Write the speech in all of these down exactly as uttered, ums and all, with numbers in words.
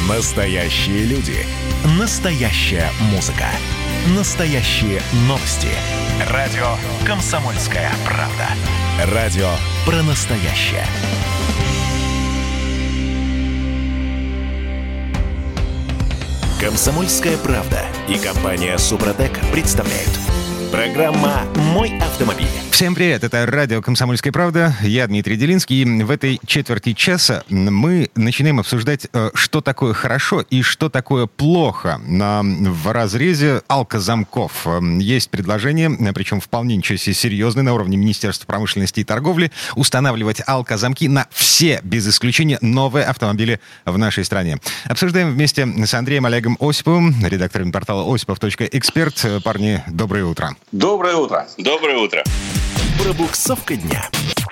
Настоящие люди. Настоящая музыка. Настоящие новости. Радио «Комсомольская правда». Радио про настоящее. «Комсомольская правда» и компания «Супротек» представляют. Программа «Мой автомобиль». Всем привет, это радио «Комсомольская правда». Я Дмитрий Делинский. И в этой четверти часа мы начинаем обсуждать, что такое хорошо и что такое плохо в разрезе алкозамков. Есть предложение, причем вполне ничего себе серьезное, на уровне Министерства промышленности и торговли, устанавливать алкозамки на все, без исключения, новые автомобили в нашей стране. Обсуждаем вместе с Андреем Олегом Осиповым, редактором портала осипов точка эксперт. Парни, доброе утро. Доброе утро. Доброе утро. Пробуксовка дня.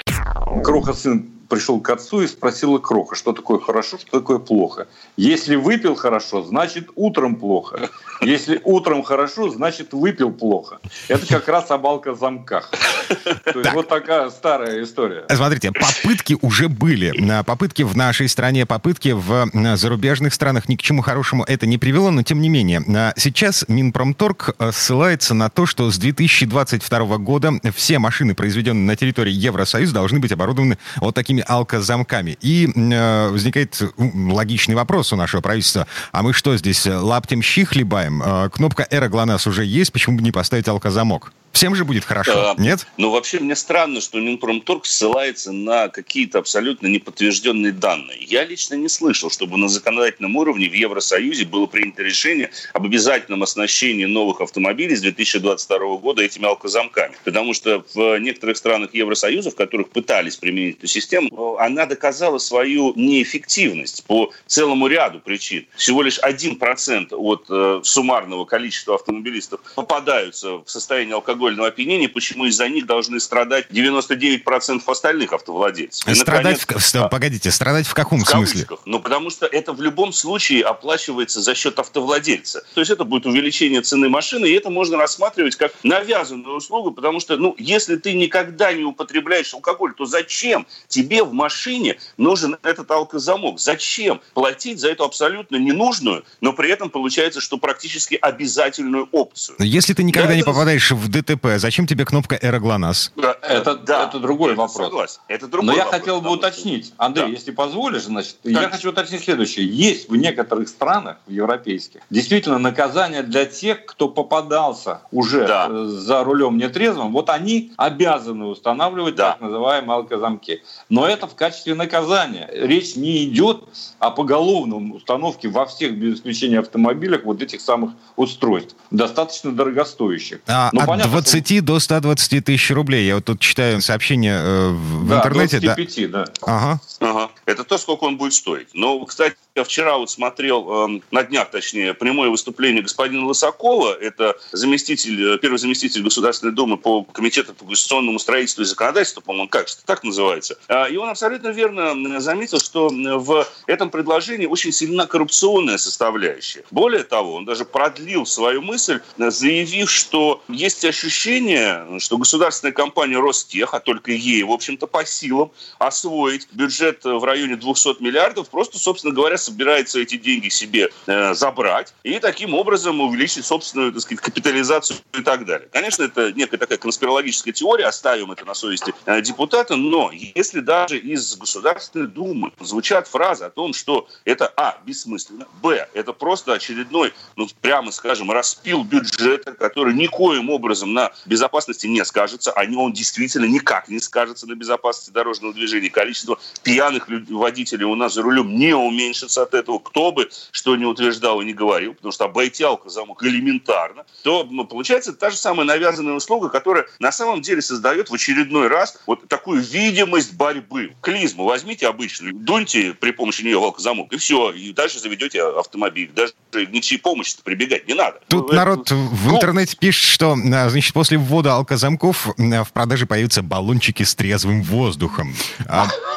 Кроха сын пришел к отцу и спросил Кроха, что такое хорошо, что такое плохо. Если выпил хорошо, значит утром плохо. Если утром хорошо, значит выпил плохо. Это как раз об алкозамках. То есть вот такая старая история. Смотрите, попытки уже были. Попытки в нашей стране, попытки в зарубежных странах. Ни к чему хорошему это не привело, но тем не менее. Сейчас Минпромторг ссылается на то, что с две тысячи двадцать второго года все машины, произведенные на территории Евросоюза, должны быть оборудованы вот такими алкозамками. И э, возникает логичный вопрос у нашего правительства. А мы что здесь, лаптем щи хлебаем? Э, кнопка «Эра ГЛОНАСС» уже есть, почему бы не поставить алкозамок? Всем же будет хорошо, а, нет? Ну, вообще, мне странно, что Минпромторг ссылается на какие-то абсолютно неподтвержденные данные. Я лично не слышал, чтобы на законодательном уровне в Евросоюзе было принято решение об обязательном оснащении новых автомобилей с две тысячи двадцать второго года этими алкозамками. Потому что в некоторых странах Евросоюза, в которых пытались применить эту систему, она доказала свою неэффективность по целому ряду причин. Всего лишь один процент от э, суммарного количества автомобилистов попадаются в состояние алкогольного опьянения, почему из-за них должны страдать девяносто девять процентов остальных автовладельцев. И, страдать наконец, в... Погодите, страдать в каком в смысле? Кавычках. Ну, потому что это в любом случае оплачивается за счет автовладельца. То есть это будет увеличение цены машины, и это можно рассматривать как навязанную услугу, потому что, ну, если ты никогда не употребляешь алкоголь, то зачем тебе в машине нужен этот алкозамок? Зачем платить за эту абсолютно ненужную, но при этом получается, что практически обязательную опцию? Если ты никогда да, не это... попадаешь в ДТП, зачем тебе кнопка «Эра ГЛОНАСС»? Да, это, да, это другой это вопрос. Согласен. Это другой Но я вопрос, хотел бы уточнить, Андрей, да. если позволишь, значит, Конечно. я хочу уточнить следующее. Есть в некоторых странах, в европейских, действительно наказание для тех, кто попадался уже да. за рулем нетрезвым, вот они обязаны устанавливать да. так называемые алкозамки. Но это в качестве наказания. Речь не идет о поголовном установке во всех, без исключения автомобилях, вот этих самых устройств. Достаточно дорогостоящих. А, ну, от понятно, двадцати до ста двадцати тысяч рублей. Я вот тут читаю сообщение э, в да, интернете. двадцать пять, да. да. Ага. Ага. Это то, сколько он будет стоить. Но, кстати, я вчера вот смотрел, э, на днях, точнее, прямое выступление господина Лысакова. Это заместитель, первый заместитель Государственной Думы по комитету по конституционному строительству и законодательству, по-моему, как что так называется. И он абсолютно верно заметил, что в этом предложении очень сильна коррупционная составляющая. Более того, он даже продлил свою мысль, заявив, что есть ощущение, что государственная компания Ростех, а только ей, в общем-то, по силам освоить бюджет в районе двухсот миллиардов, просто, собственно говоря, собирается эти деньги себе э, забрать и таким образом увеличить собственную, так сказать, капитализацию и так далее. Конечно, это некая такая конспирологическая теория, оставим это на совести э, депутата, но если даже из Государственной Думы звучат фразы о том, что это, а, бессмысленно, б, это просто очередной, ну, прямо скажем, распил бюджета, который никоим образом на безопасности не скажется, а он действительно никак не скажется на безопасности дорожного движения. Количество пьяных водителей у нас за рулем не уменьшится от этого, кто бы что ни утверждал и не говорил, потому что обойти алкозамок элементарно, то, ну, получается та же самая навязанная услуга, которая на самом деле создает в очередной раз вот такую видимость борьбы. Клизму возьмите обычную, дуньте при помощи нее в алкозамок, и все, и дальше заведете автомобиль. Даже ни к чьей помощи прибегать не надо. Тут ну, народ это... в интернете пишет, что, значит, после ввода алкозамков в продаже появятся баллончики с трезвым воздухом. А...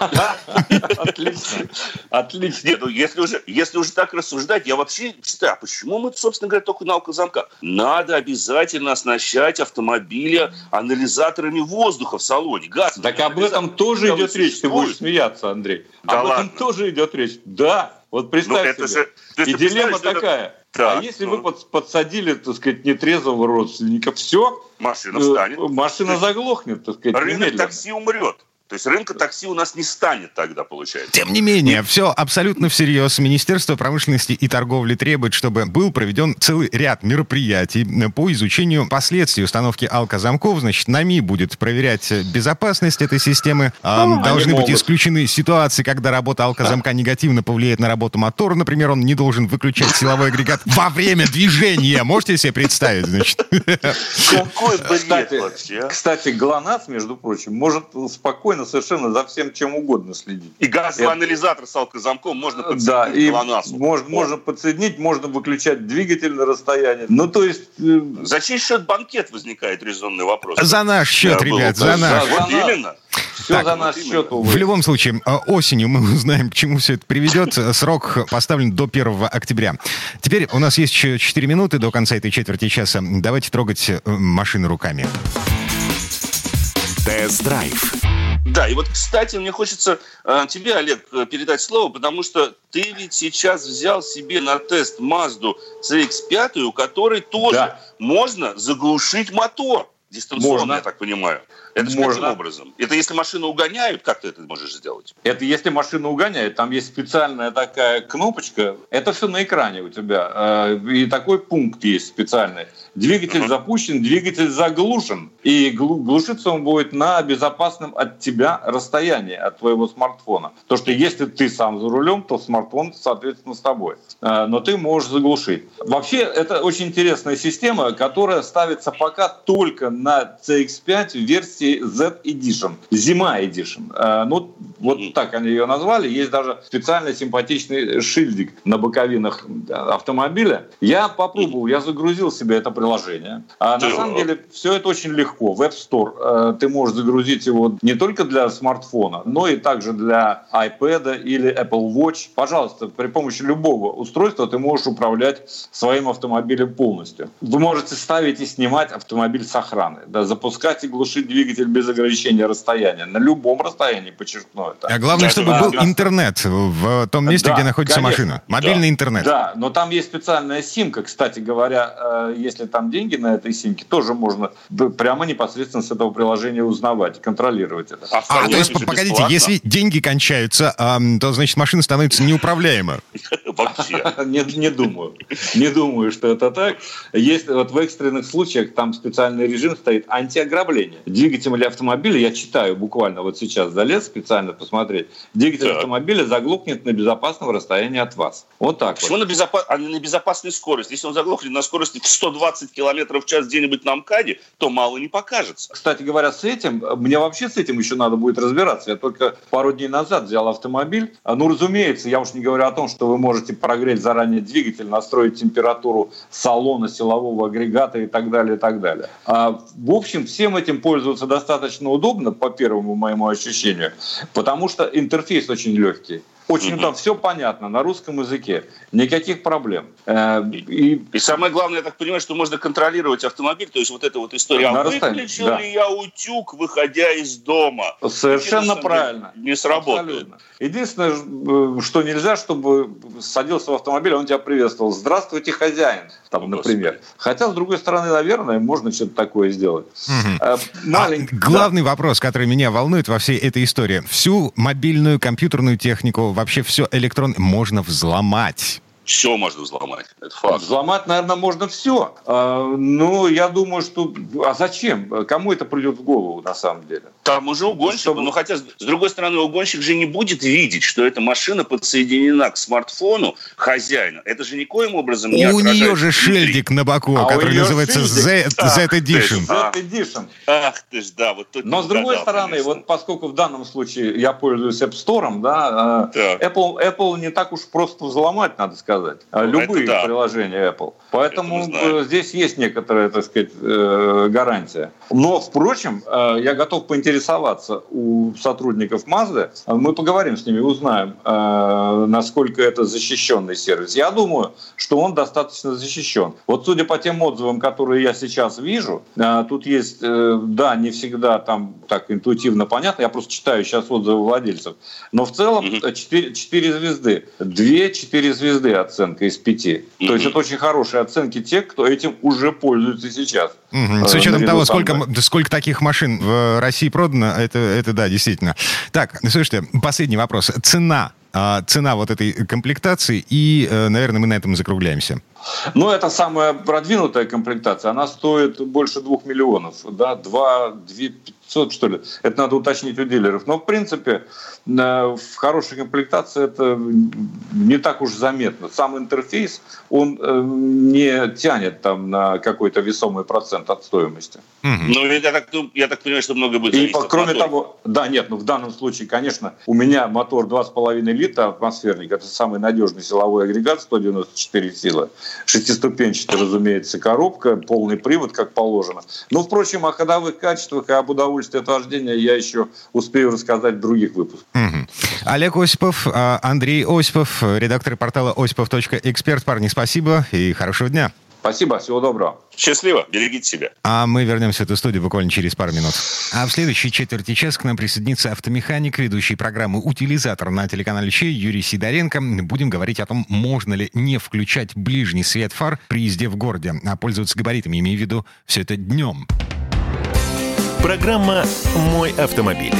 Отлично. Отлично. Нет, ну если уже, если уже так рассуждать, я вообще считаю, а почему мы, собственно говоря, только на алкозамках? Надо обязательно оснащать автомобили анализаторами воздуха в салоне. Газовыми. Так об этом тоже идет речь. Ты будешь смеяться, Андрей. Да об ладно. этом тоже идет речь. Да. Вот представь ну, себе. Же, и дилемма такая. Это... Да, а если ну. вы подсадили, так сказать, нетрезвого родственника, все, машина встанет. Машина заглохнет, так сказать, рынок немедленно. такси умрет. То есть рынка такси у нас не станет тогда, получается. Тем не менее, все абсолютно всерьез. Министерство промышленности и торговли требует, чтобы был проведен целый ряд мероприятий по изучению последствий установки алкозамков. Значит, НАМИ будет проверять безопасность этой системы. Ну, Должны быть могут. исключены ситуации, когда работа алкозамка негативно повлияет на работу мотора. Например, он не должен выключать силовой агрегат во время движения. Можете себе представить? Значит? Какой бред вообще. Кстати, ГЛОНАСС, между прочим, может спокойно совершенно за всем чем угодно следить. И газовый это... анализатор с алкозамком можно подсоединить да, к ГЛОНАССу. Можно, можно подсоединить, можно выключать двигатель на расстоянии. Ну, то есть... Э... За чей счет банкет возникает резонный вопрос? За наш счет, Я ребят, был, за наш. За, вот за именно. Все так, за наш вот счет. В любом случае, осенью мы узнаем, к чему все это приведет. Срок поставлен до первого октября. Теперь у нас есть еще четыре минуты до конца этой четверти часа. Давайте трогать машины руками. Тест-драйв. Да, и вот, кстати, мне хочется э, тебе, Олег, передать слово, потому что ты ведь сейчас взял себе на тест Mazda си икс пять, у которой тоже да. можно заглушить мотор дистанционно, можно. Я так понимаю. Это же каким образом? Это если машину угоняют, как ты это можешь сделать? Это если машину угоняют, там есть специальная такая кнопочка, это все на экране у тебя, и такой пункт есть специальный. Двигатель uh-huh. запущен, двигатель заглушен, и глушиться он будет на безопасном от тебя расстоянии, от твоего смартфона. То, что если ты сам за рулем, то смартфон, соответственно, с тобой. Но ты можешь заглушить. Вообще, это очень интересная система, которая ставится пока только на си икс пять в версии Z Edition, Зима Edition. Ну, вот так они ее назвали. Есть даже специально симпатичный шильдик на боковинах автомобиля. Я попробовал, я загрузил себе это приложение. А на самом деле все это очень легко. В App Store ты можешь загрузить его не только для смартфона, но и также для iPad или Apple Watch. Пожалуйста, при помощи любого устройства ты можешь управлять своим автомобилем полностью. Вы можете ставить и снимать автомобиль с охраны, да, запускать и глушить двигатель без ограничения расстояния. На любом расстоянии, подчеркну это. А главное, чтобы был интернет в том месте, да, где находится конечно. машина. Мобильный да. интернет. Да, но там есть специальная симка. Кстати говоря, если там деньги на этой симке, тоже можно прямо непосредственно с этого приложения узнавать, контролировать это. А, а то есть, погодите, бесплатно? Если деньги кончаются, то, значит, машина становится неуправляема. Вообще. Не, не думаю. Не думаю, что это так. Есть вот в экстренных случаях там специальный режим стоит антиограбление. Двигатель автомобиля, я читаю буквально вот сейчас залез специально посмотреть, двигатель так. автомобиля заглохнет на безопасном расстоянии от вас. Вот так Почему вот. на, безопа... а на безопасной скорости? Если он заглохнет на скорости сто двадцать километров в час где-нибудь на МКАДе, то мало не покажется. Кстати говоря, с этим, мне вообще с этим еще надо будет разбираться. Я только пару дней назад взял автомобиль. Ну, разумеется, я уж не говорю о том, что вы можете прогреть заранее двигатель, настроить температуру салона, силового агрегата и так далее, и так далее. А, в общем, всем этим пользоваться достаточно удобно, по первому моему ощущению, потому что интерфейс очень легкий. Очень mm-hmm. там все понятно, на русском языке. Никаких проблем. И... и самое главное, я так понимаю, что можно контролировать автомобиль. То есть вот эта вот история, а выключил да. ли я утюг, выходя из дома? Совершенно это, правильно. Не сработает. Абсолютно. Единственное, что нельзя, чтобы садился в автомобиль, он тебя приветствовал. Здравствуйте, хозяин, там, ну, например. Господи. Хотя, с другой стороны, наверное, можно что-то такое сделать. Mm-hmm. Маленький, а главный да. вопрос, который меня волнует во всей этой истории. Всю мобильную компьютерную технику, вообще все электронное можно взломать. Все можно взломать, это факт. Взломать, наверное, можно все. А, ну, я думаю, что... А зачем? Кому это придет в голову, на самом деле? Там уже угонщик, Чтобы... но хотя, с другой стороны, угонщик же не будет видеть, что эта машина подсоединена к смартфону хозяина. Это же никоим образом не отражает. У нее же шильдик на боку, а который называется Z, Z Edition. Z Edition. Ах ты ж, да. Вот тут но с другой гадал, стороны, конечно. Вот поскольку в данном случае я пользуюсь App Store, да, Apple, Apple не так уж просто взломать, надо сказать. сказать. Любые да. приложения Apple. Поэтому здесь есть некоторая, так сказать, гарантия. Но, впрочем, я готов поинтересоваться у сотрудников Mazda. Мы поговорим с ними, узнаем, насколько это защищенный сервис. Я думаю, что он достаточно защищен. Вот судя по тем отзывам, которые я сейчас вижу, тут есть, да, не всегда там так интуитивно понятно, я просто читаю сейчас отзывы владельцев, но в целом четыре, четыре звезды, две-четыре звезды оценка из пяти. То есть это очень хорошие оценки тех, кто этим уже пользуется сейчас. С учетом того, сколько, сколько таких машин в России продано, это, это да, действительно. Так, слушайте, последний вопрос. Цена. Цена вот этой комплектации, и, наверное, мы на этом закругляемся. Ну, это самая продвинутая комплектация. Она стоит больше двух миллионов. Да, два, две пятьсот, что ли. Это надо уточнить у дилеров. Но, в принципе, в хорошей комплектации это не так уж заметно. Сам интерфейс, он не тянет там на какой-то весомый процент от стоимости. Mm-hmm. Ну, я так, я так понимаю, что много будет зависеть И, от кроме мотора. того, да, нет, ну, в данном случае, конечно, у меня мотор два с половиной литра атмосферник. Это самый надежный силовой агрегат, сто девяносто четыре силы. Шестиступенчатая, разумеется, коробка, полный привод, как положено. Но, впрочем, о ходовых качествах и об удовольствии от вождения я еще успею рассказать в других выпусках. Угу. Олег Осипов, Андрей Осипов, редактор портала осипов точка эксперт. Парни, спасибо и хорошего дня. Спасибо, всего доброго. Счастливо, берегите себя. А мы вернемся в эту студию буквально через пару минут. А в следующей четверти часа к нам присоединится автомеханик, ведущий программы «Утилизатор» на телеканале Че Юрий Сидоренко. Будем говорить о том, можно ли не включать ближний свет фар при езде в городе, а пользоваться габаритами, имея в виду все это днем. Программа «Мой автомобиль».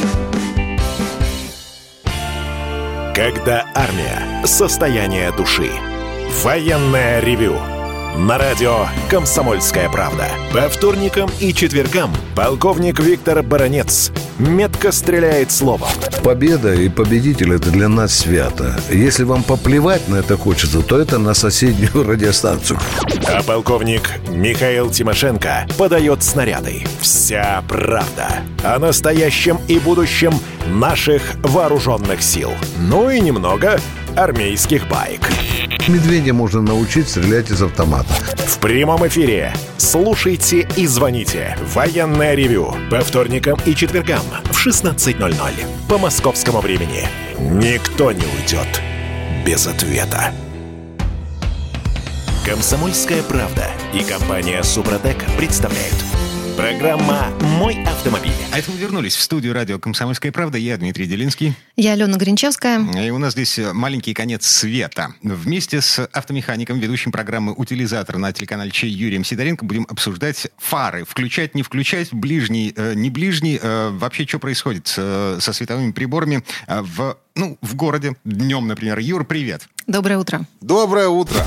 Когда армия. Состояние души. Военное ревю. На радио «Комсомольская правда». По вторникам и четвергам полковник Виктор Баранец метко стреляет словом. Победа и победитель – это для нас свято. Если вам поплевать на это хочется, то это на соседнюю радиостанцию. А полковник Михаил Тимошенко подает снаряды. Вся правда о настоящем и будущем наших вооруженных сил. Ну и немного армейских баек. Медведя можно научить стрелять из автомата. В прямом эфире слушайте и звоните. Военное ревю по вторникам и четвергам в шестнадцать ноль ноль по московскому времени. Никто не уйдет без ответа. «Комсомольская правда» и компания «Супротек» представляют. Программа «Мой автомобиль». А это мы вернулись в студию радио «Комсомольская правда». Я Дмитрий Делинский. Я Алена Гринчевская. И у нас здесь маленький конец света. Вместе с автомехаником, ведущим программы «Утилизатор» на телеканале Че Юрием Сидоренко будем обсуждать фары. Включать, не включать, ближний, э, не ближний. Э, вообще, что происходит э, со световыми приборами э, в, ну, в городе днем, например. Юр, привет. Доброе утро. Доброе утро.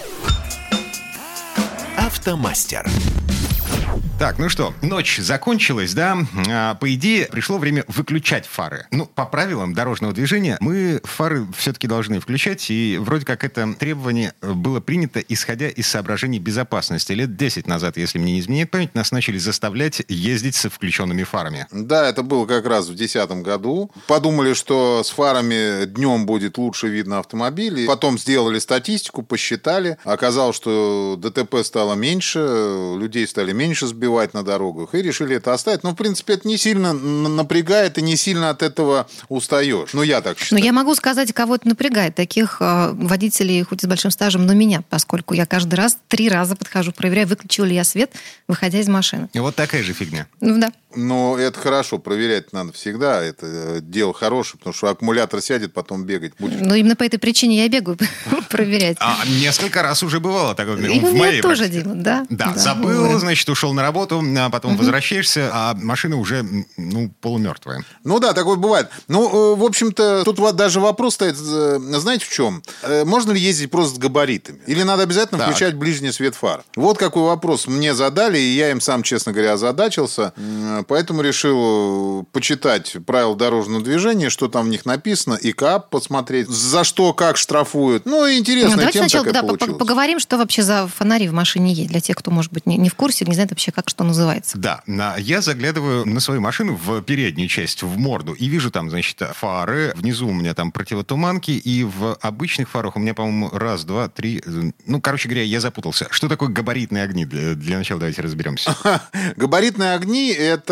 «Автомастер». Так, ну что, ночь закончилась, да? А, по идее, пришло время выключать фары. Ну, по правилам дорожного движения мы фары все-таки должны включать, и вроде как это требование было принято, исходя из соображений безопасности. Лет десять назад, если мне не изменяет память, нас начали заставлять ездить со включенными фарами. Да, это было как раз в две тысячи десятом году. Подумали, что с фарами днем будет лучше видно автомобиль. Потом сделали статистику, посчитали. Оказалось, что ДТП стало меньше, людей стали меньше сбивать на дорогах, и решили это оставить. Но, в принципе, это не сильно напрягает, и не сильно от этого устаешь. Ну, я так считаю. Но я могу сказать, кого это напрягает. Таких э, водителей, хоть и с большим стажем, но меня, поскольку я каждый раз, три раза подхожу, проверяю, выключил ли я свет, выходя из машины. И вот такая же фигня. Ну, да. Но это хорошо, проверять надо всегда. Это дело хорошее, потому что аккумулятор сядет, потом бегать будешь. Ну, именно по этой причине я бегаю проверять. А несколько раз уже бывало такое. И у меня тоже дело, да. Да, забыл, значит, ушел на работу, а потом возвращаешься, а машина уже, ну, полумертвая. Ну да, такое бывает. Ну, в общем-то, тут даже вопрос стоит, знаете, в чем? Можно ли ездить просто с габаритами? Или надо обязательно так. включать ближний свет фар? Вот какой вопрос мне задали, и я им сам, честно говоря, озадачился. Поэтому решил почитать правила дорожного движения, что там в них написано, и КАП посмотреть, за что, как штрафуют. Ну, интересная ну, тема сначала, такая да, получилась. Поговорим, что вообще за фонари в машине есть, для тех, кто, может быть, не, не в курсе, не знает вообще, как как что называется. Да, я заглядываю на свою машину в переднюю часть, в морду, и вижу там, значит, фары, внизу у меня там противотуманки, и в обычных фарах у меня, по-моему, раз, два, три, ну, короче говоря, я запутался. Что такое габаритные огни? Для, для начала давайте разберемся. Габаритные огни —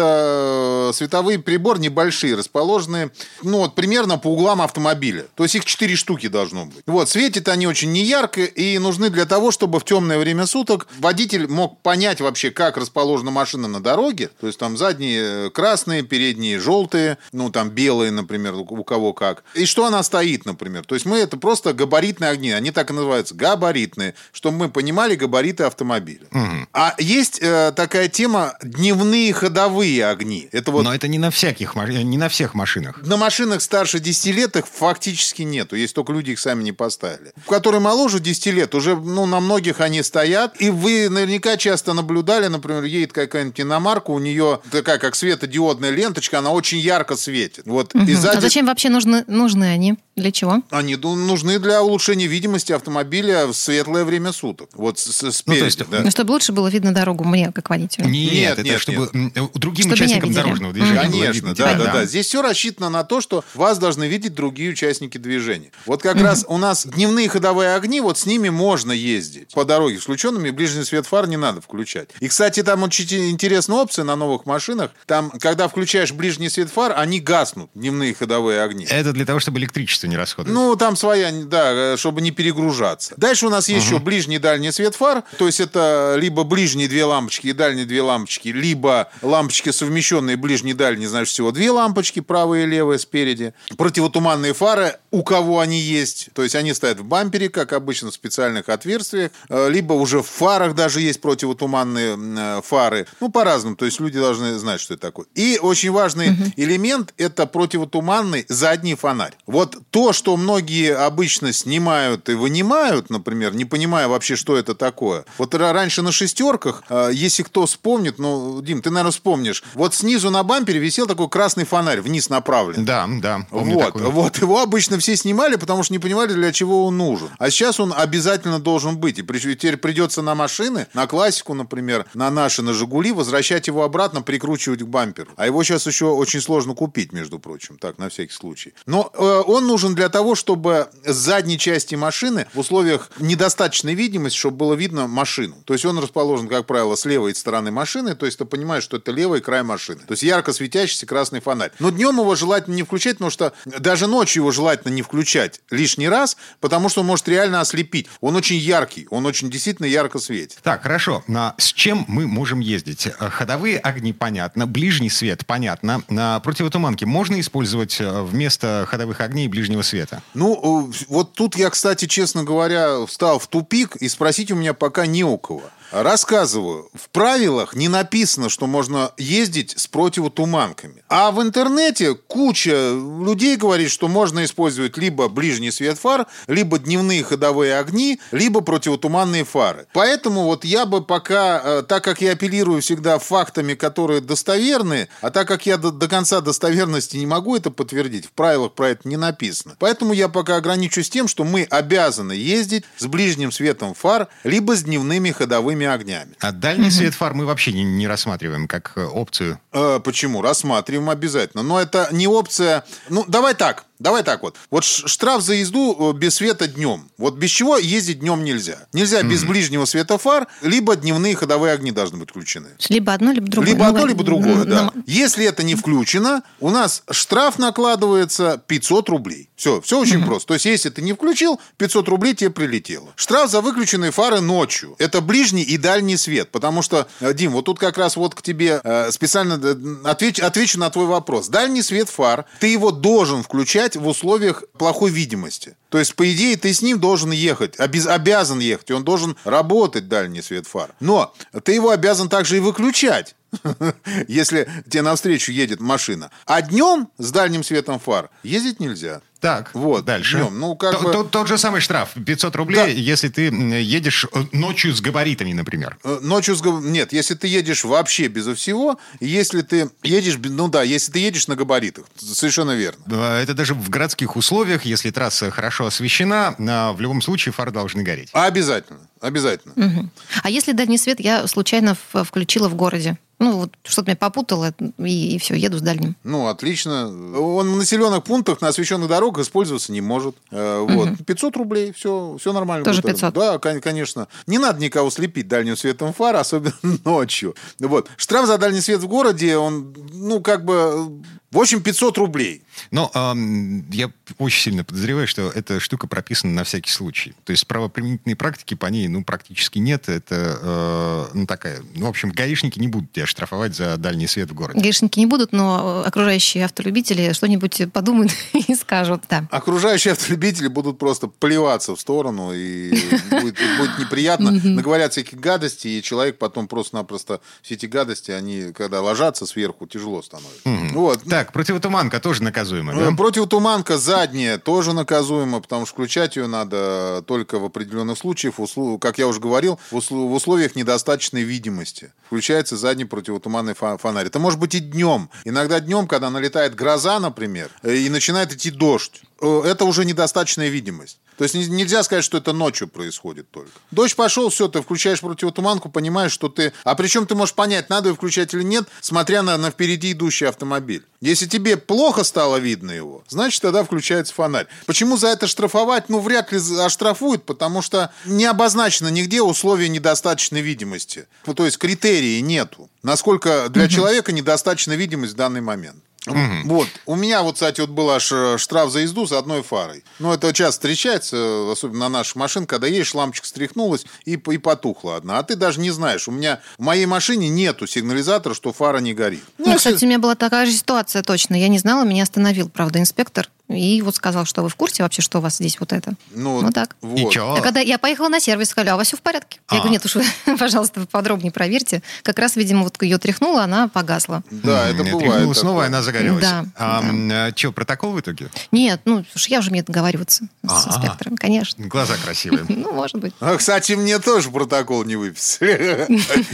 это световые приборы небольшие, расположенные, ну, вот примерно по углам автомобиля. То есть их четыре штуки должно быть. Вот, светят они очень неярко и нужны для того, чтобы в темное время суток водитель мог понять вообще, как расположена машина на дороге. То есть там задние красные, передние желтые, ну, там белые, например, у кого как. И что она стоит, например. То есть мы это просто габаритные огни. Они так и называются, габаритные, чтобы мы понимали габариты автомобиля. Угу. А есть э, такая тема дневные ходовые огни. Это вот... Но это не на всяких, не на всех машинах. На машинах старше десяти лет их фактически нету. Есть только люди их сами не поставили. Которые моложе десяти лет, уже ну, на многих они стоят. И вы наверняка часто наблюдали, например, едет какая-нибудь иномарка, у нее такая, как светодиодная ленточка, она очень ярко светит. Вот. Угу. И сзади... А зачем вообще нужны, нужны они? Для чего? Они нужны для улучшения видимости автомобиля в светлое время суток. Вот спереди. Ну, то есть, да. Ну, чтобы лучше было видно дорогу мне, как водителю. Нет, нет, это нет, чтобы нет. другим чтобы участникам дорожного движения Конечно, было видно. да, да, да, да. Здесь все рассчитано на то, что вас должны видеть другие участники движения. Вот как раз у нас дневные ходовые огни, вот с ними можно ездить по дороге включенными, ближний свет фар не надо включать. И, кстати, там очень интересная опция на новых машинах. Там, когда включаешь ближний свет фар, они гаснут, дневные ходовые огни. Это для того, чтобы электричество не расходовать. Ну, там своя, да, чтобы не перегружаться. Дальше у нас есть uh-huh. еще ближний и дальний свет фар. То есть это либо ближние две лампочки и дальние две лампочки, либо лампочки совмещенные, ближний и дальний, значит, всего две лампочки, правая и левая спереди. Противотуманные фары, у кого они есть. То есть они стоят в бампере, как обычно, в специальных отверстиях. Либо уже в фарах даже есть противотуманные фары. Ну, по-разному. То есть люди должны знать, что это такое. И очень важный uh-huh. элемент – это противотуманный задний фонарь. Вот то, что многие обычно снимают и вынимают, например, не понимая вообще, что это такое. Вот раньше на шестерках, если кто вспомнит, ну, Дим, ты, наверное, вспомнишь, вот снизу на бампере висел такой красный фонарь, вниз направленный. Да, да. Вот, вот, его обычно все снимали, потому что не понимали, для чего он нужен. А сейчас он обязательно должен быть. И теперь придется на машины, на классику, например, на наши, на «Жигули», возвращать его обратно, прикручивать к бамперу. А его сейчас еще очень сложно купить, между прочим, так, на всякий случай. Но э, он нужен для того, чтобы с задней части машины в условиях недостаточной видимости, чтобы было видно машину. То есть он расположен, как правило, с левой стороны машины, то есть ты понимаешь, что это левый край машины. То есть ярко светящийся красный фонарь. Но днем его желательно не включать, потому что даже ночью его желательно не включать лишний раз, потому что он может реально ослепить. Он очень яркий, он очень действительно ярко светит. Так, хорошо. А с чем мы можем ездить? Ходовые огни, понятно. Ближний свет, понятно. На противотуманке можно использовать вместо ходовых огней ближнего света? Ну, вот тут я, кстати, честно говоря, встал в тупик, и спросить у меня пока не у кого. Рассказываю. В правилах не написано, что можно ездить с противотуманками. А в интернете куча людей говорит, что можно использовать либо ближний свет фар, либо дневные ходовые огни, либо противотуманные фары. Поэтому вот я бы пока, так как я апеллирую всегда фактами, которые достоверны, а так как я до, до конца достоверности не могу это подтвердить, в правилах про это не написано. Поэтому я пока ограничусь тем, что мы обязаны ездить с ближним светом фар, либо с дневными ходовыми огнями. А дальний свет фар мы вообще не, не рассматриваем как опцию? Э, почему? Рассматриваем обязательно. Но это не опция... Ну, давай так. Давай так вот. Вот штраф за езду без света днем. Вот без чего ездить днем нельзя. Нельзя mm-hmm. без ближнего света фар, либо дневные ходовые огни должны быть включены. Либо одно, либо другое. Либо одно, либо другое, да. Но... Если это не включено, у нас штраф накладывается пятьсот рублей. Все, все очень mm-hmm. просто. То есть, если ты не включил, пятьсот рублей тебе прилетело. Штраф за выключенные фары ночью. Это ближний и дальний свет. Потому что, Дим, вот тут как раз вот к тебе э, специально отвечу, отвечу на твой вопрос. Дальний свет фар, ты его должен включать в условиях плохой видимости. То есть, по идее, ты с ним должен ехать, обез, обязан ехать, и он должен работать, дальний свет фар. Но ты его обязан также и выключать, если тебе навстречу едет машина. А днем с дальним светом фар ездить нельзя. Так, вот, дальше. Днем. Ну, как Т- бы... тот, тот же самый штраф, пятьсот рублей, да. Если ты едешь ночью с габаритами, например. Ночью с габаритами. Нет, если ты едешь вообще безо всего, если ты едешь, ну да, если ты едешь на габаритах, совершенно верно. Это даже в городских условиях, если трасса хорошо хорошо освещена, в любом случае фары должны гореть. Обязательно, обязательно. Угу. А если дальний свет я случайно включила в городе? Ну, вот что-то меня попутало, и, и все, еду с дальним. Ну, отлично. Он в населенных пунктах на освещенных дорогах использоваться не может. Вот. Угу. пятьсот рублей, все, все нормально. Тоже будет. пятьсот? Да, конечно. Не надо никого слепить дальним светом фар, особенно ночью. Вот. Штраф за дальний свет в городе, он, ну, как бы... В общем, пятьсот рублей. Но эм, я очень сильно подозреваю, что эта штука прописана на всякий случай. То есть правоприменительной практики по ней, ну, практически нет. Это, э, ну, такая... Ну, в общем, гаишники не будут тебя штрафовать за дальний свет в городе. Гаишники не будут, но окружающие автолюбители что-нибудь подумают и скажут, да. Окружающие автолюбители будут просто плеваться в сторону, и будет, будет неприятно. Наговорят всяких гадостей, и человек потом просто-напросто... Все эти гадости, они, когда ложатся сверху, тяжело становится. Вот. Так, противотуманка тоже наказуема, да? Противотуманка задняя тоже наказуема, потому что включать ее надо только в определенных случаях, как я уже говорил, в условиях недостаточной видимости. Включается задний противотуманный фонарь. Это может быть и днем. Иногда днем, когда налетает гроза, например, и начинает идти дождь. Это уже недостаточная видимость. То есть нельзя сказать, что это ночью происходит только. Дождь пошел, все, ты включаешь противотуманку, понимаешь, что ты... А причем ты можешь понять, надо ее включать или нет, смотря на, на впереди идущий автомобиль. Если тебе плохо стало видно его, значит, тогда включается фонарь. Почему за это штрафовать? Ну, вряд ли оштрафуют, потому что не обозначено нигде условия недостаточной видимости. То есть критерии нету. Насколько для человека недостаточна видимость в данный момент. Mm-hmm. Вот. У меня вот, кстати, вот был аж штраф за езду с одной фарой. Ну, это часто встречается, особенно на наших машинах, когда едешь, лампочка стряхнулась и, и потухла одна. А ты даже не знаешь. У меня в моей машине нету сигнализатора, что фара не горит. Ну, ну кстати, у меня была такая же ситуация точно. Я не знала, меня остановил, правда, инспектор. И вот сказал, что вы в курсе вообще, что у вас здесь вот это. Ну, вот так. Вот. И чё? А когда я поехала на сервис, сказали, а у вас все в порядке? А. Я говорю, нет уж, вы, пожалуйста, вы подробнее проверьте. Как раз, видимо, вот ее тряхнула, она погасла. Да, это бывает. Тряхнула снова, она загорелась. Да. А, да. Что, протокол в итоге? Нет, ну, слушай, я уже умею договариваться с инспектором, конечно. Глаза красивые. Ну, может быть. А, кстати, мне тоже протокол не выписали.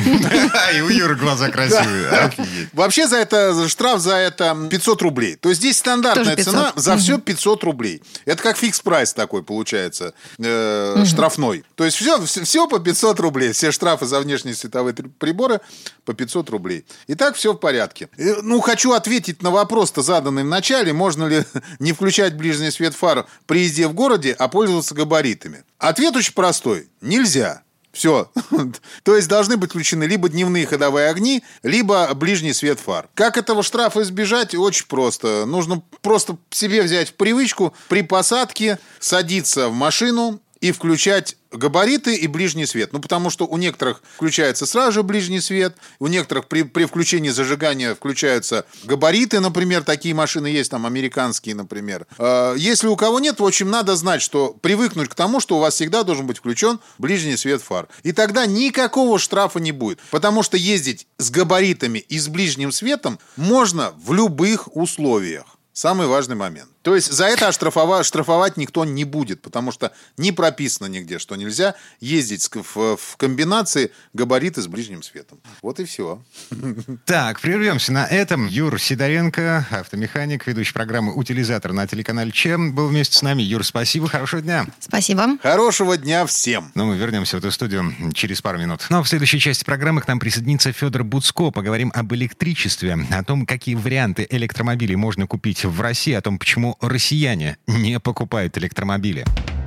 И у Юры глаза красивые. Вообще за это штраф за это пятьсот рублей. То есть здесь стандартная цена за все пятьсот рублей. Это как фикс-прайс такой получается, э, угу. штрафной. То есть все, все по пятьсот рублей. Все штрафы за внешние световые приборы по пятьсот рублей. Итак, все в порядке. И, ну, хочу ответить на вопрос-то, заданный в начале. Можно ли не включать ближний свет фар при езде в городе, а пользоваться габаритами? Ответ очень простой. Нельзя. Все. То есть должны быть включены либо дневные ходовые огни, либо ближний свет фар. Как этого штрафа избежать? Очень просто. Нужно просто себе взять в привычку при посадке садиться в машину и включать габариты и ближний свет. Ну, потому что у некоторых включается сразу же ближний свет, у некоторых при, при включении зажигания включаются габариты, например, такие машины есть, там, американские, например. Если у кого нет, в общем, надо знать, что привыкнуть к тому, что у вас всегда должен быть включен ближний свет фар. И тогда никакого штрафа не будет, потому что ездить с габаритами и с ближним светом можно в любых условиях. Самый важный момент. То есть за это оштрафовать, штрафовать никто не будет, потому что не прописано нигде, что нельзя ездить в, в комбинации габариты с ближним светом. Вот и все. Так, прервемся на этом. Юр Сидоренко, автомеханик, ведущий программы «Утилизатор» на телеканале ЧЕМ, был вместе с нами. Юр, спасибо, хорошего дня. Спасибо. Хорошего дня всем. Ну, мы вернемся в эту студию через пару минут. Ну, а в следующей части программы к нам присоединится Федор Буцко. Поговорим об электричестве, о том, какие варианты электромобилей можно купить в России, о том, почему россияне не покупают электромобили.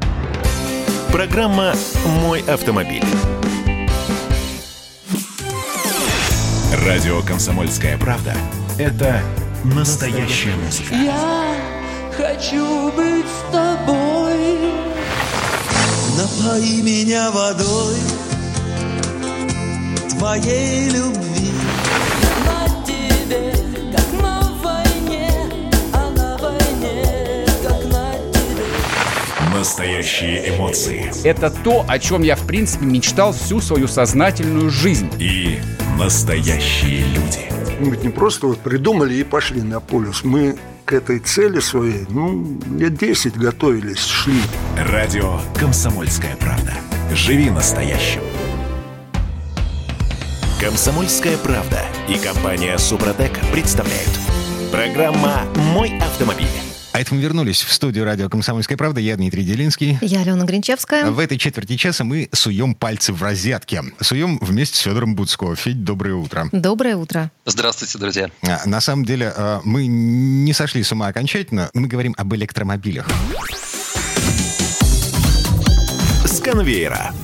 Программа «Мой автомобиль». Радио «Комсомольская правда» — это настоящая музыка. Я хочу быть с тобой. Напои меня водой твоей любви. На тебе, как на войне, а на войне, как на тебе. Настоящие эмоции. Это то, о чем я, в принципе, мечтал всю свою сознательную жизнь. И настоящие люди. Мы ведь не просто вот придумали и пошли на полюс. Мы к этой цели своей, ну, лет десять готовились, шли. Радио «Комсомольская правда». Живи настоящим. «Комсомольская правда» и компания «Супротек» представляют. Программа «Мой автомобиль». А это мы вернулись в студию радио «Комсомольская правда». Я Дмитрий Делинский. Я Алена Гринчевская. В этой четверти часа мы суем пальцы в розетки. Суем вместе с Федором Буцко. Федь, доброе утро. Доброе утро. Здравствуйте, друзья. На самом деле, мы не сошли с ума окончательно. Мы говорим об электромобилях. С конвейера.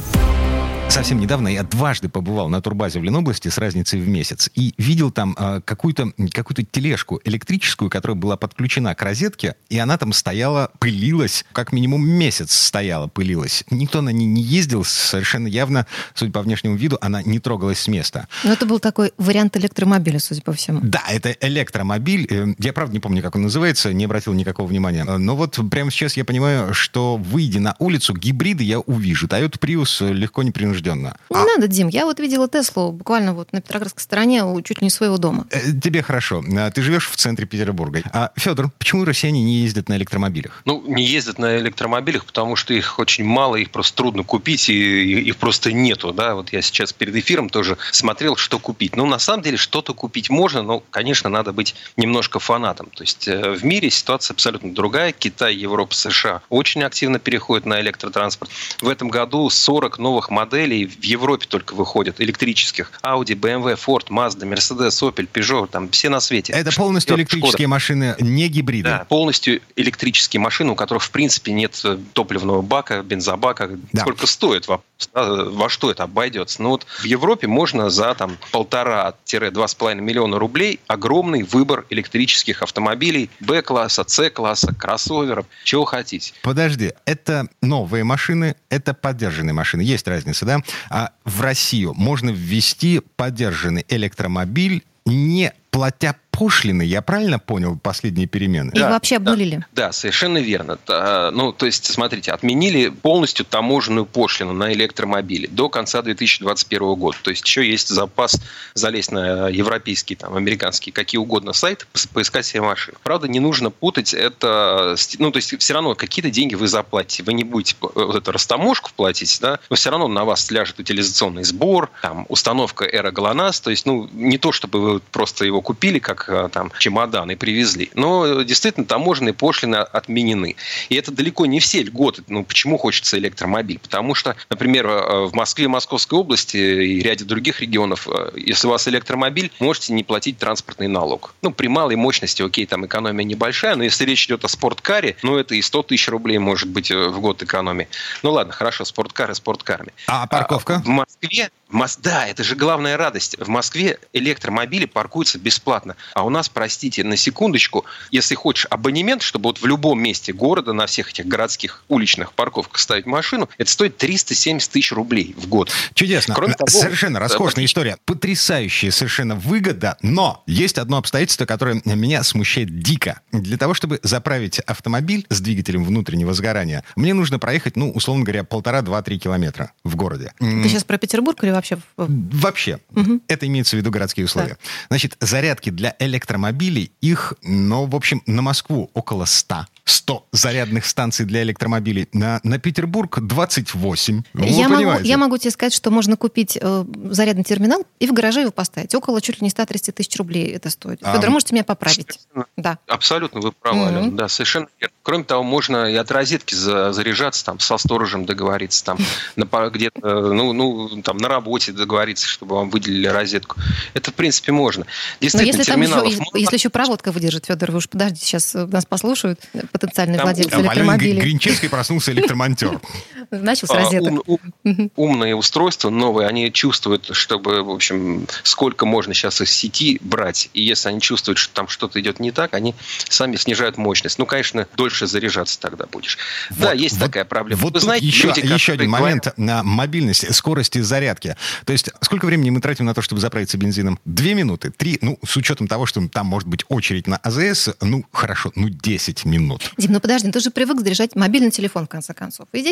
Совсем недавно я дважды побывал на турбазе в Ленобласти с разницей в месяц и видел там э, какую-то, какую-то тележку электрическую, которая была подключена к розетке, и она там стояла, пылилась, как минимум месяц стояла, пылилась. Никто на ней не ездил, совершенно явно, судя по внешнему виду, она не трогалась с места. Но это был такой вариант электромобиля, судя по всему. Да, это электромобиль. Я, правда, не помню, как он называется, не обратил никакого внимания. Но вот прямо сейчас я понимаю, что, выйдя на улицу, гибриды я увижу. Toyota Prius легко, непринужденно. Не а... надо, Дим. Я вот видела Теслу буквально вот на Петроградской стороне, чуть ли не своего дома. Тебе хорошо. Ты живешь в центре Петербурга. А, Федор, почему россияне не ездят на электромобилях? Ну, не ездят на электромобилях, потому что их очень мало, их просто трудно купить, и их просто нету. Да? Вот я сейчас перед эфиром тоже смотрел, что купить. Ну, на самом деле, что-то купить можно, но, конечно, надо быть немножко фанатом. То есть в мире ситуация абсолютно другая. Китай, Европа, США очень активно переходят на электротранспорт. В этом году сорок новых моделей в Европе только выходят, электрических. Audi, бэ эм вэ, Ford, Mazda, Mercedes, Opel, Peugeot, там все на свете. Это полностью Шкода. электрические машины, не гибриды? Да, полностью электрические машины, у которых, в принципе, нет топливного бака, бензобака. Да. Сколько стоит вопрос, да, во что это обойдется? Ну вот в Европе можно за там полтора-два с половиной миллиона рублей огромный выбор электрических автомобилей Б-класса, С-класса, кроссоверов, чего хотите. Подожди, это новые машины, это поддержанные машины. Есть разница, да? А в Россию можно ввести поддержанный электромобиль, не платя пошлины, я правильно понял последние перемены? И да, вообще обнулили. Да, да, совершенно верно. Ну, то есть, смотрите, отменили полностью таможенную пошлину на электромобили до конца две тысячи двадцать первого года. То есть, еще есть запас залезть на европейские, там, американские, какие угодно сайты, поискать себе машину. Правда, не нужно путать это... Ну, то есть, все равно какие-то деньги вы заплатите. Вы не будете вот эту растаможку платить, да, но все равно на вас ляжет утилизационный сбор, там, установка эра ГЛОНАСС. То есть, ну, не то, чтобы вы просто его купили, как там чемодан и привезли. Но действительно таможенные пошлины отменены. И это далеко не все льготы. Ну, почему хочется электромобиль? Потому что, например, в Москве, Московской области и ряде других регионов, если у вас электромобиль, можете не платить транспортный налог. Ну, при малой мощности, окей, там экономия небольшая, но если речь идет о спорткаре, ну, это и сто тысяч рублей может быть в год экономии. Ну, ладно, хорошо, спорткары спорткарами. А парковка? А в Москве, да, это же главная радость. В Москве электромобили паркуются бесплатно. А у нас, простите, на секундочку, если хочешь абонемент, чтобы вот в любом месте города на всех этих городских уличных парковках ставить машину, это стоит триста семьдесят тысяч рублей в год. Чудесно. Кроме того, совершенно роскошная история. Потрясающая совершенно выгода. Но есть одно обстоятельство, которое меня смущает дико. Для того, чтобы заправить автомобиль с двигателем внутреннего сгорания, мне нужно проехать, ну, условно говоря, полтора-два-три километра в городе. Ты сейчас про Петербург или вообще? Вообще. Угу. Это имеется в виду городские условия. Так. Значит, зарядки для электромобилей, их, ну, в общем, на Москву около ста. сто зарядных станций для электромобилей. На, на Петербург двадцать восемь. Я могу, я могу тебе сказать, что можно купить э, зарядный терминал и в гараже его поставить. Около чуть ли не сто тридцать тысяч рублей это стоит. А, Федор, можете меня поправить? Да. Абсолютно вы правы, mm-hmm. Алена. Да, совершенно верно. Кроме того, можно и от розетки за, заряжаться, там, со сторожем договориться, там, на, где-то, ну, ну, там, на работе договориться, чтобы вам выделили розетку. Это, в принципе, можно. Действительно, если терминалов... Там еще, если еще проводка выдержит, Федор, вы уж подождите, сейчас нас послушают потенциальные владельцы электромобилей. Гринчевский проснулся электромонтер. Начал с розеток. Умные устройства новые, они чувствуют, чтобы, в общем, сколько можно сейчас из сети брать. И если они чувствуют, что там что-то идет не так, они сами снижают мощность. Ну, конечно, дольше заряжаться тогда будешь. Вот, да, есть вот, такая проблема. Вот Вы знаете, еще, люди, еще один момент говорят... на мобильности, скорости зарядки. То есть, сколько времени мы тратим на то, чтобы заправиться бензином? Две минуты? Три? Ну, с учетом того, что там может быть очередь на АЗС, ну, хорошо, ну, десять минут. Дим, ну подожди, ты же привык заряжать мобильный телефон, в конце концов. И здесь также можно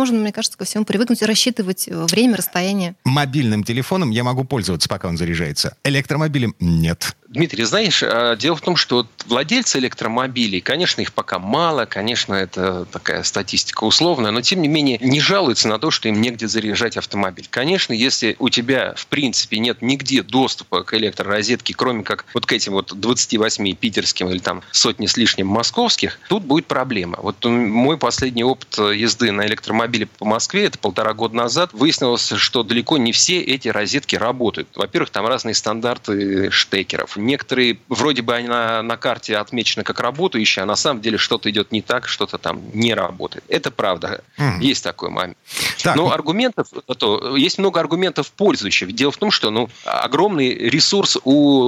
можно, мне кажется, ко всему привыкнуть и рассчитывать время, расстояние. Мобильным телефоном я могу пользоваться, пока он заряжается. Электромобилем нет. Дмитрий, знаешь, дело в том, что владельцы электромобилей, конечно, их пока мало, конечно, это такая статистика условная, но, тем не менее, не жалуются на то, что им негде заряжать автомобиль. Конечно, если у тебя, в принципе, нет нигде доступа к электророзетке, кроме как вот к этим вот двадцати восьми питерским или там сотни с лишним московских, тут будет проблема. Вот мой последний опыт езды на электромобиле по Москве, это полтора года назад, выяснилось, что далеко не все эти розетки работают. Во-первых, там разные стандарты штекеров. Некоторые, вроде бы они на, на карте отмечены как работающие, а на самом деле что-то идет не так, что-то там не работает. Это правда. Mm. Есть такой момент. Так. Но аргументов, то, есть много аргументов пользующих. Дело в том, что ну, огромный ресурс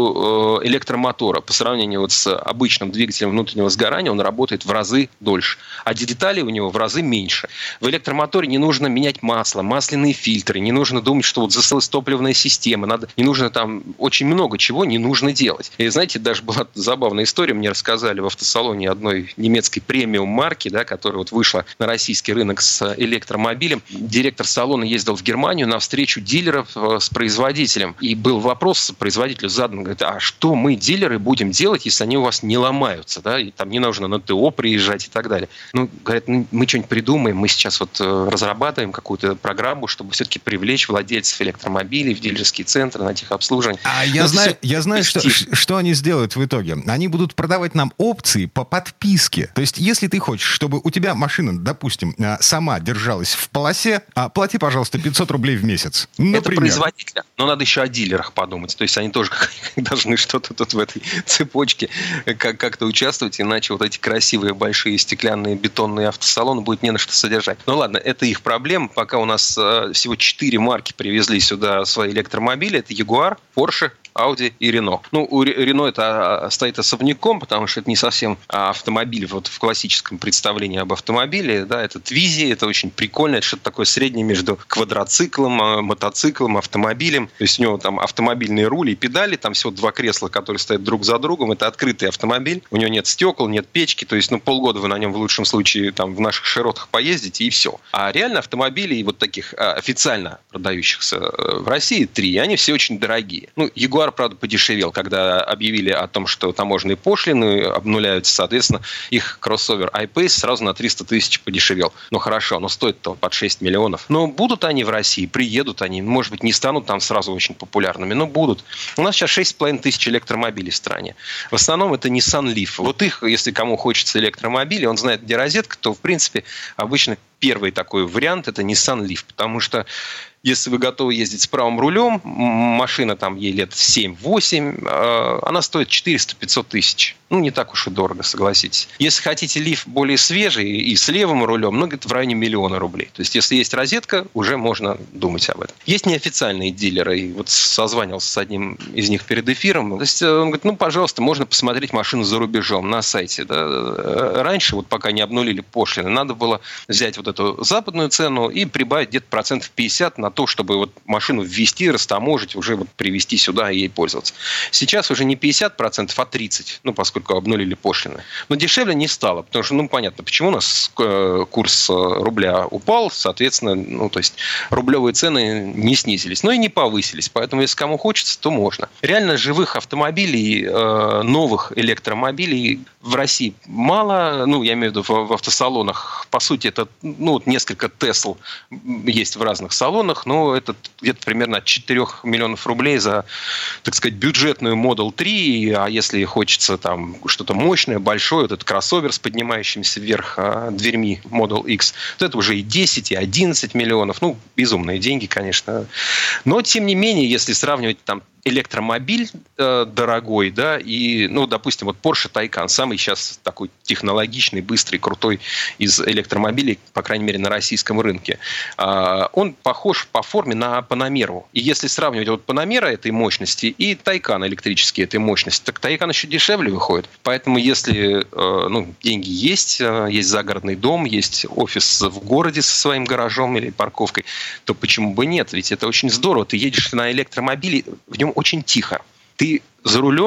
у электромотора по сравнению вот с обычным двигателем внутреннего сгорания, он работает в разы дольше. А деталей у него в разы меньше. В электромоторе не нужно менять масло, масляные фильтры, не нужно думать, что вот засылась топливная система, надо, не нужно там очень много чего не нужно делать. И знаете, даже была забавная история, мне рассказали в автосалоне одной немецкой премиум марки, да, которая вот вышла на российский рынок с электромобилем. Директор салона ездил в Германию на встречу дилеров с производителем. И был вопрос производителю задан, говорит, а что мы, дилеры, будем делать, если они у вас не ломаются, да, и там не нужно на ТО приезжать и так далее. Ну, говорят, ну, мы что-нибудь придумаем, мы сейчас вот разрабатываем какую-то программу, чтобы все-таки привлечь владельцев электромобилей в дилерские центры на техобслуживание. А я знаю, я знаю, что, что они сделают в итоге. Они будут продавать нам опции по подписке. То есть, если ты хочешь, чтобы у тебя машина, допустим, сама держалась в полосе, плати, пожалуйста, пятьсот рублей в месяц. Например. Это производителя. Но надо еще о дилерах подумать. То есть, они тоже должны что-то тут в этой цепочке как-то участвовать, иначе вот эти красивые большие стеклянные бетонные автосалоны будет не на что содержать. Ну ладно, это их проблема. Пока у нас всего четыре марки привезли сюда свои электромобили. Это Jaguar, Porsche, Audi и Renault. Ну, у Renault это стоит особняком, потому что это не совсем автомобиль вот в классическом представлении об автомобиле. Да, это Twizy, это очень прикольно, это что-то такое среднее между квадроциклом, мотоциклом, автомобилем. То есть у него там автомобильные рули и педали, там всего два кресла, которые стоят друг за другом. Это открытый автомобиль, у него нет стекол, нет печки, то есть ну, полгода вы на нем в лучшем случае там в наших широтах поездите и все. А реально автомобилей вот таких официально продающихся в России три, они все очень дорогие. Ну, Jaguar, правда, подешевел, когда объявили о том, что таможенные пошлины обнуляются, соответственно, их кроссовер I-Pace сразу на триста тысяч подешевел. Ну, хорошо, но стоит-то под шесть миллионов. Но будут они в России, приедут они, может быть, не станут там сразу очень популярными, но будут. У нас сейчас шесть с половиной тысяч электромобилей в стране. В основном это Nissan Leaf. Вот их, если кому хочется электромобили, он знает, где розетка, то, в принципе, обычно первый такой вариант – это Nissan Leaf, потому что если вы готовы ездить с правым рулем, машина там ей лет семь-восемь, она стоит четыреста-пятьсот тысяч. Ну, не так уж и дорого, согласитесь. Если хотите Leaf более свежий и с левым рулем, ну, где-то в районе миллиона рублей. То есть, если есть розетка, уже можно думать об этом. Есть неофициальные дилеры, и вот созванивался с одним из них перед эфиром. То есть, он говорит, ну, пожалуйста, можно посмотреть машину за рубежом на сайте. Да. Раньше, вот пока не обнулили пошлины, надо было взять вот эту западную цену и прибавить где-то процентов пятьдесят на то, чтобы вот машину ввести, растаможить, уже вот привезти сюда и ей пользоваться. Сейчас уже не пятьдесят процентов, а тридцать процентов, ну, поскольку обнулили пошлины. Но дешевле не стало, потому что, ну, понятно, почему у нас курс рубля упал, соответственно, ну, то есть рублевые цены не снизились, но и не повысились, поэтому, если кому хочется, то можно. Реально живых автомобилей, новых электромобилей в России мало, ну, я имею в виду в автосалонах, по сути, это, ну, вот несколько Тесл есть в разных салонах, но это где-то примерно от четырёх миллионов рублей за, так сказать, бюджетную Model три, а если хочется там что-то мощное, большое, вот этот кроссовер с поднимающимися вверх а, дверьми Model X, то это уже и десять, и одиннадцать миллионов, ну, безумные деньги, конечно. Но, тем не менее, если сравнивать там электромобиль э, дорогой, да, и, ну, допустим, вот Porsche Taycan, самый сейчас такой технологичный, быстрый, крутой из электромобилей, по крайней мере, на российском рынке. Э, он похож по форме на Panamera. И если сравнивать вот Panamera этой мощности и Taycan электрический этой мощности, так Taycan еще дешевле выходит. Поэтому, если э, ну, деньги есть, э, есть загородный дом, есть офис в городе со своим гаражом или парковкой, то почему бы нет? Ведь это очень здорово. Ты едешь на электромобиле, в нем очень тихо. Ты за рулем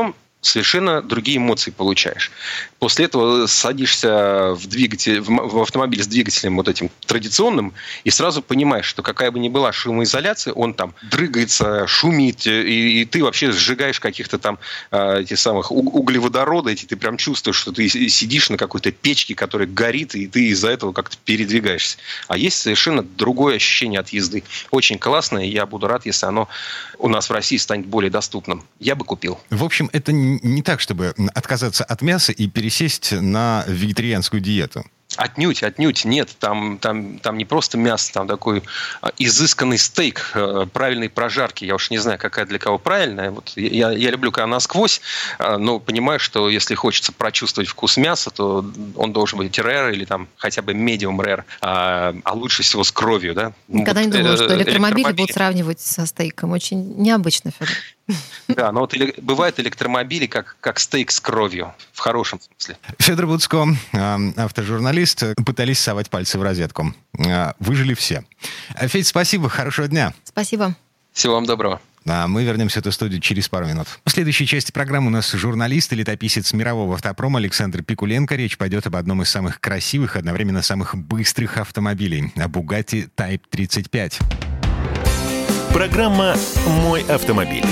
совершенно другие эмоции получаешь. После этого садишься в двигатель, в автомобиль с двигателем вот этим традиционным и сразу понимаешь, что какая бы ни была шумоизоляция, он там дрыгается, шумит, и, и ты вообще сжигаешь каких-то там этих самых углеводороды, эти, ты прям чувствуешь, что ты сидишь на какой-то печке, которая горит, и ты из-за этого как-то передвигаешься. А есть совершенно другое ощущение от езды. Очень классное, и я буду рад, если оно у нас в России станет более доступным. Я бы купил. В общем, это не так, чтобы отказаться от мяса и пересесть на вегетарианскую диету. Отнюдь, отнюдь нет. Там, там, там не просто мясо, там такой изысканный стейк правильной прожарки. Я уж не знаю, какая для кого правильная. Вот я, я люблю, когда насквозь, но понимаю, что если хочется прочувствовать вкус мяса, то он должен быть rare или там хотя бы medium rare, а, а лучше всего с кровью. Да? Никогда вот, не думала, э, что электромобили, электромобили будут сравнивать со стейком. Очень необычно, Федор. Да, но вот бывают электромобили как, как стейк с кровью, в хорошем смысле. Федор Буцко, автожурналист, пытались совать пальцы в розетку. Выжили все. Федь, спасибо, хорошего дня. Спасибо. Всего вам доброго. А мы вернемся в эту студию через пару минут. В следующей части программы у нас журналист и летописец мирового автопрома Александр Пикуленко. Речь пойдет об одном из самых красивых, одновременно самых быстрых автомобилей, о Bugatti Type тридцать пять. Программа «Мой автомобиль».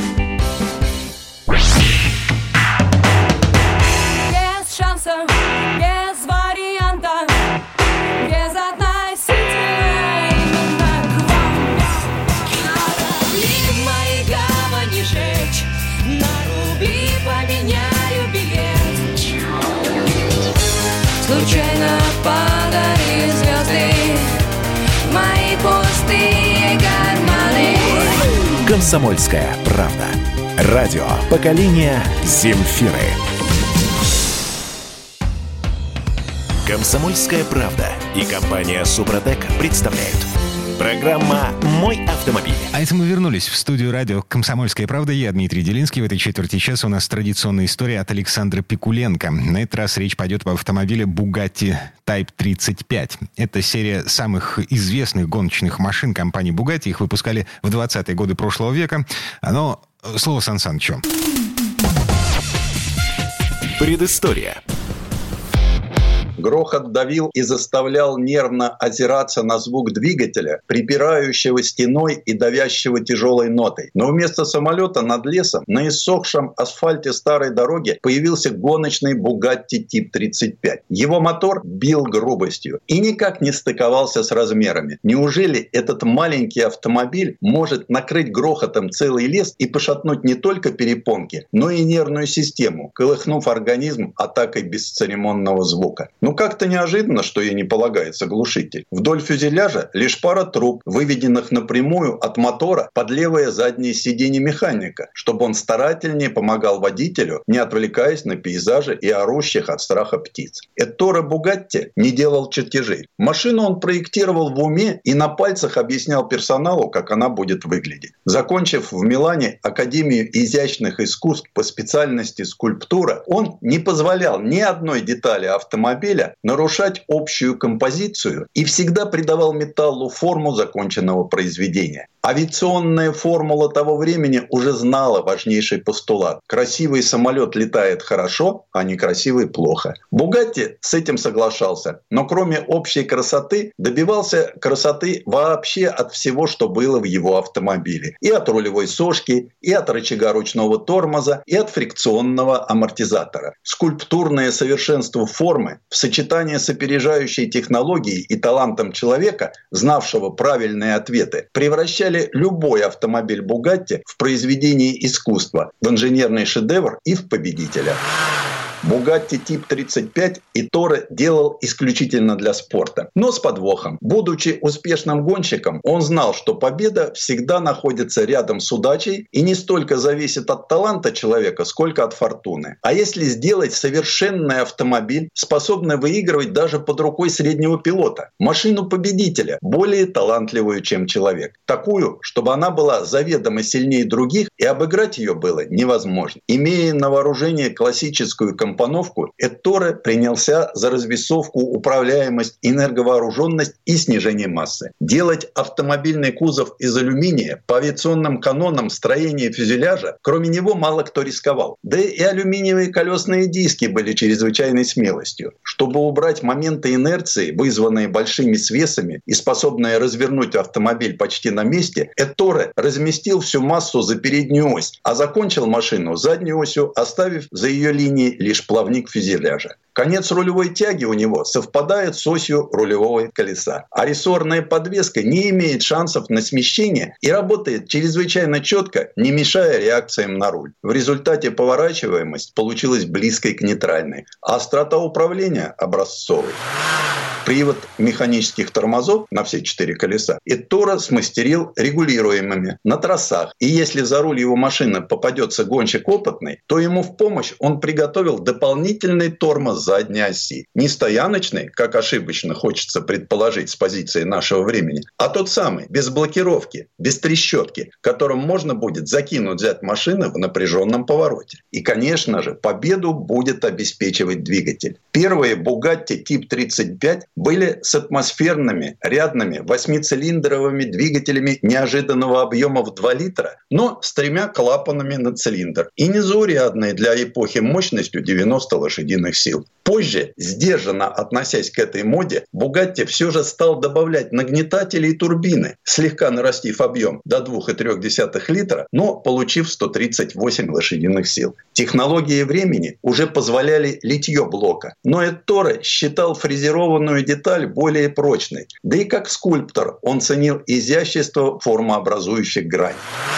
Без шанса, без варианта, без относительной именно к вам. Корабли в моей гавани жечь, на рубли поменяю билет. Случайно падали звезды в мои пустые карманы. «Комсомольская правда». Радио поколения Земфиры. «Комсомольская правда» и компания «Супротек» представляют. Программа «Мой автомобиль». А это мы вернулись в студию радио «Комсомольская правда». Я Дмитрий Делинский. В этой четверти часа у нас традиционная история от Александра Пикуленко. На этот раз речь пойдет об автомобиле Bugatti Type тридцать пять. Это серия самых известных гоночных машин компании Bugatti. Их выпускали в двадцатые годы прошлого века. Но слово Сан Санычу. Предыстория. Грохот давил и заставлял нервно озираться на звук двигателя, припирающего стеной и давящего тяжелой нотой. Но вместо самолета над лесом на иссохшем асфальте старой дороги появился гоночный Bugatti Type тридцать пять. Его мотор бил грубостью и никак не стыковался с размерами. Неужели этот маленький автомобиль может накрыть грохотом целый лес и пошатнуть не только перепонки, но и нервную систему, колыхнув организм атакой бесцеремонного звука? Ну как-то неожиданно, что ей не полагается глушитель. Вдоль фюзеляжа лишь пара труб, выведенных напрямую от мотора под левое заднее сиденье механика, чтобы он старательнее помогал водителю, не отвлекаясь на пейзажи и орущих от страха птиц. Этторе Бугатти не делал чертежей. Машину он проектировал в уме и на пальцах объяснял персоналу, как она будет выглядеть. Закончив в Милане Академию изящных искусств по специальности скульптура, он не позволял ни одной детали автомобиля нарушать общую композицию и всегда придавал металлу форму законченного произведения. Авиационная формула того времени уже знала важнейший постулат. Красивый самолет летает хорошо, а некрасивый плохо. Бугатти с этим соглашался, но кроме общей красоты добивался красоты вообще от всего, что было в его автомобиле. И от рулевой сошки, и от рычага ручного тормоза, и от фрикционного амортизатора. Скульптурное совершенство формы в сочетании с опережающей технологией и талантом человека, знавшего правильные ответы, превращали любой автомобиль Bugatti в произведение искусства, в инженерный шедевр и в победителя. Bugatti Type тридцать пять Ettore делал исключительно для спорта, но с подвохом. Будучи успешным гонщиком, он знал, что победа всегда находится рядом с удачей и не столько зависит от таланта человека, сколько от фортуны. А если сделать совершенный автомобиль, способный выигрывать даже под рукой среднего пилота, машину победителя, более талантливую, чем человек, такую, чтобы она была заведомо сильнее других, и обыграть ее было невозможно. Имея на вооружении классическую композицию, компоновку, Этторе принялся за развесовку, управляемость, энерговооруженность и снижение массы. Делать автомобильный кузов из алюминия по авиационным канонам строения фюзеляжа, кроме него мало кто рисковал. Да и алюминиевые колесные диски были чрезвычайной смелостью. Чтобы убрать моменты инерции, вызванные большими свесами и способные развернуть автомобиль почти на месте, Этторе разместил всю массу за переднюю ось, а закончил машину задней осью, оставив за ее линией лишь плавник фюзеляжа. Конец рулевой тяги у него совпадает с осью рулевого колеса, а рессорная подвеска не имеет шансов на смещение и работает чрезвычайно четко, не мешая реакциям на руль. В результате поворачиваемость получилась близкой к нейтральной, а острота управления – образцовой. Привод механических тормозов на все четыре колеса Этторе смастерил регулируемыми на трассах. И если за руль его машины попадется гонщик опытный, то ему в помощь он приготовил дополнительный тормоз задней оси. Не стояночный, как ошибочно хочется предположить с позиции нашего времени, а тот самый, без блокировки, без трещотки, которым можно будет закинуть зад машины в напряженном повороте. И, конечно же, победу будет обеспечивать двигатель. Первые Bugatti тип тридцать пять были с атмосферными рядными восьмицилиндровыми двигателями неожиданного объема в два литра, но с тремя клапанами на цилиндр и незаурядной для эпохи мощностью девяносто лошадиных сил. Позже, сдержанно относясь к этой моде, Bugatti все же стал добавлять нагнетатели и турбины, слегка нарастив объем до два целых три десятых литра, но получив сто тридцать восемь лошадиных сил. Технологии времени уже позволяли литье блока, но Этторе считал фрезерованную деталь более прочной. Да и как скульптор он ценил изящество формообразующих граней.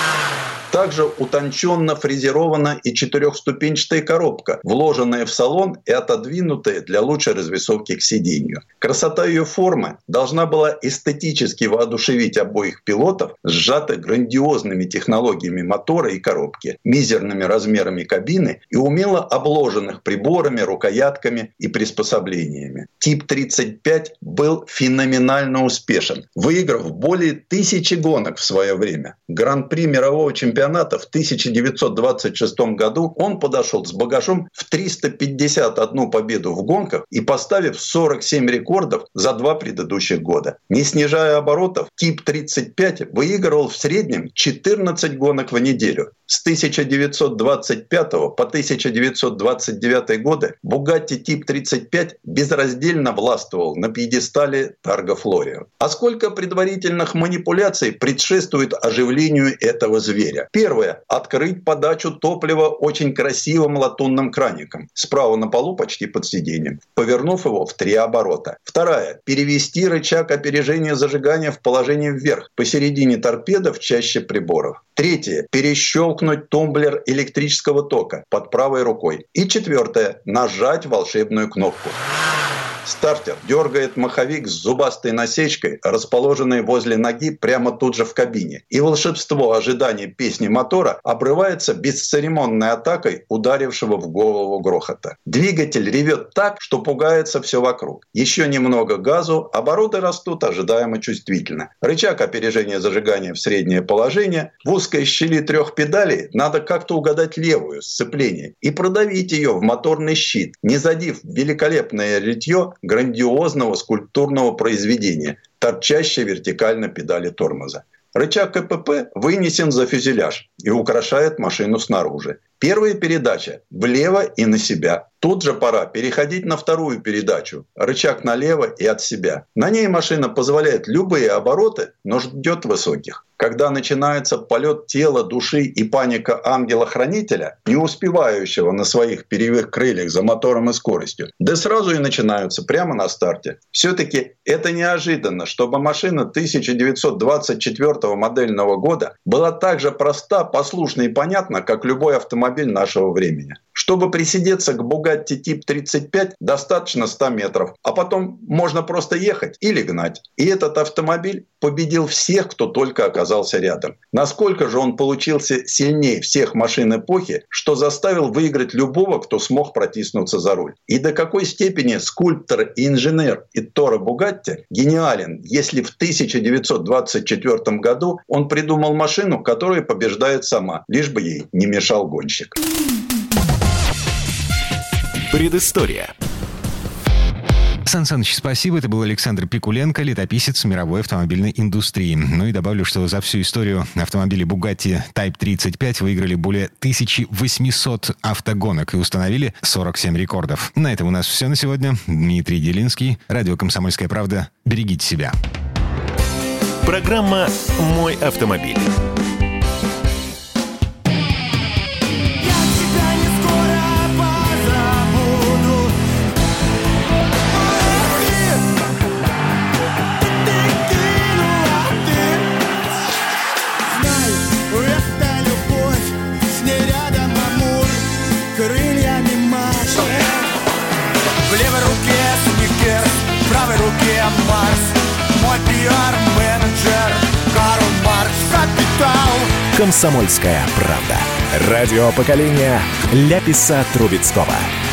Также утонченно фрезерована и четырехступенчатая коробка, вложенная в салон и отодвинутая для лучшей развесовки к сиденью. Красота ее формы должна была эстетически воодушевить обоих пилотов, сжатых грандиозными технологиями мотора и коробки, мизерными размерами кабины и умело обложенных приборами, рукоятками и приспособлениями. Тип тридцать пять был феноменально успешен, выиграв более тысячи гонок в свое время. Гран-при мирового чемпионата в тысяча девятьсот двадцать шестом году он подошел с багажом в триста пятьдесят одну победу в гонках и поставив сорок семь рекордов за два предыдущих года. Не снижая оборотов, тип тридцать пять выигрывал в среднем четырнадцать гонок в неделю. С тысяча девятьсот двадцать пятого по тысяча девятьсот двадцать девятый годы Bugatti тип тридцать пять безраздельно властвовал на пьедестале Тарго Флорио. А сколько предварительных манипуляций предшествует оживлению этого зверя? Первое. Открыть подачу топлива очень красивым латунным краником. Справа на полу, почти под сиденьем, повернув его в три оборота. Второе. Перевести рычаг опережения зажигания в положение вверх, посередине торпеды в чаще приборов. Третье. Перещелкнуть тумблер электрического тока под правой рукой. И четвертое. Нажать волшебную кнопку. Стартер дергает маховик с зубастой насечкой, расположенной возле ноги прямо тут же в кабине. И волшебство ожидания песни мотора обрывается бесцеремонной атакой ударившего в голову грохота. Двигатель ревет так, что пугается все вокруг. Еще немного газу, обороты растут ожидаемо чувствительно. Рычаг опережения зажигания в среднее положение. В узкой щели трех педалей надо как-то угадать левую сцепление и продавить ее в моторный щит, не задев великолепное литье грандиозного скульптурного произведения, торчащей вертикально педали тормоза. Рычаг КПП вынесен за фюзеляж и украшает машину снаружи. Первая передача влево и на себя. Тут же пора переходить на вторую передачу. Рычаг налево и от себя. На ней машина позволяет любые обороты, но ждет высоких. Когда начинается полет тела, души и паника ангела-хранителя, не успевающего на своих перьевых крыльях за мотором и скоростью, да сразу и начинаются прямо на старте. Все-таки это неожиданно, чтобы машина тысяча девятьсот двадцать четвёртого модельного года была так же проста, послушна и понятна, как любой автомобиль нашего времени. Чтобы присидеться к Bugatti тип тридцать пять, достаточно ста метров, а потом можно просто ехать или гнать. И этот автомобиль победил всех, кто только оказался рядом. Насколько же он получился сильнее всех машин эпохи, что заставил выиграть любого, кто смог протиснуться за руль. И до какой степени скульптор и инженер Ettore Bugatti гениален, если в тысяча девятьсот двадцать четвёртом году он придумал машину, которая побеждает сама, лишь бы ей не мешал гонщик. Предыстория. Сан Саныч, спасибо. Это был Александр Пикуленко, летописец мировой автомобильной индустрии. Ну и добавлю, что за всю историю автомобили Bugatti Type тридцать пять выиграли более тысяча восемьсот автогонок и установили сорок семь рекордов. На этом у нас все на сегодня. Дмитрий Делинский, радио «Комсомольская правда». Берегите себя. Программа «Мой автомобиль». В левой руке Сникерс, в правой руке Марс. Мой пиар-менеджер Карл Маркс. Капитал. «Комсомольская правда». Радио поколения Ляписа Трубецкого.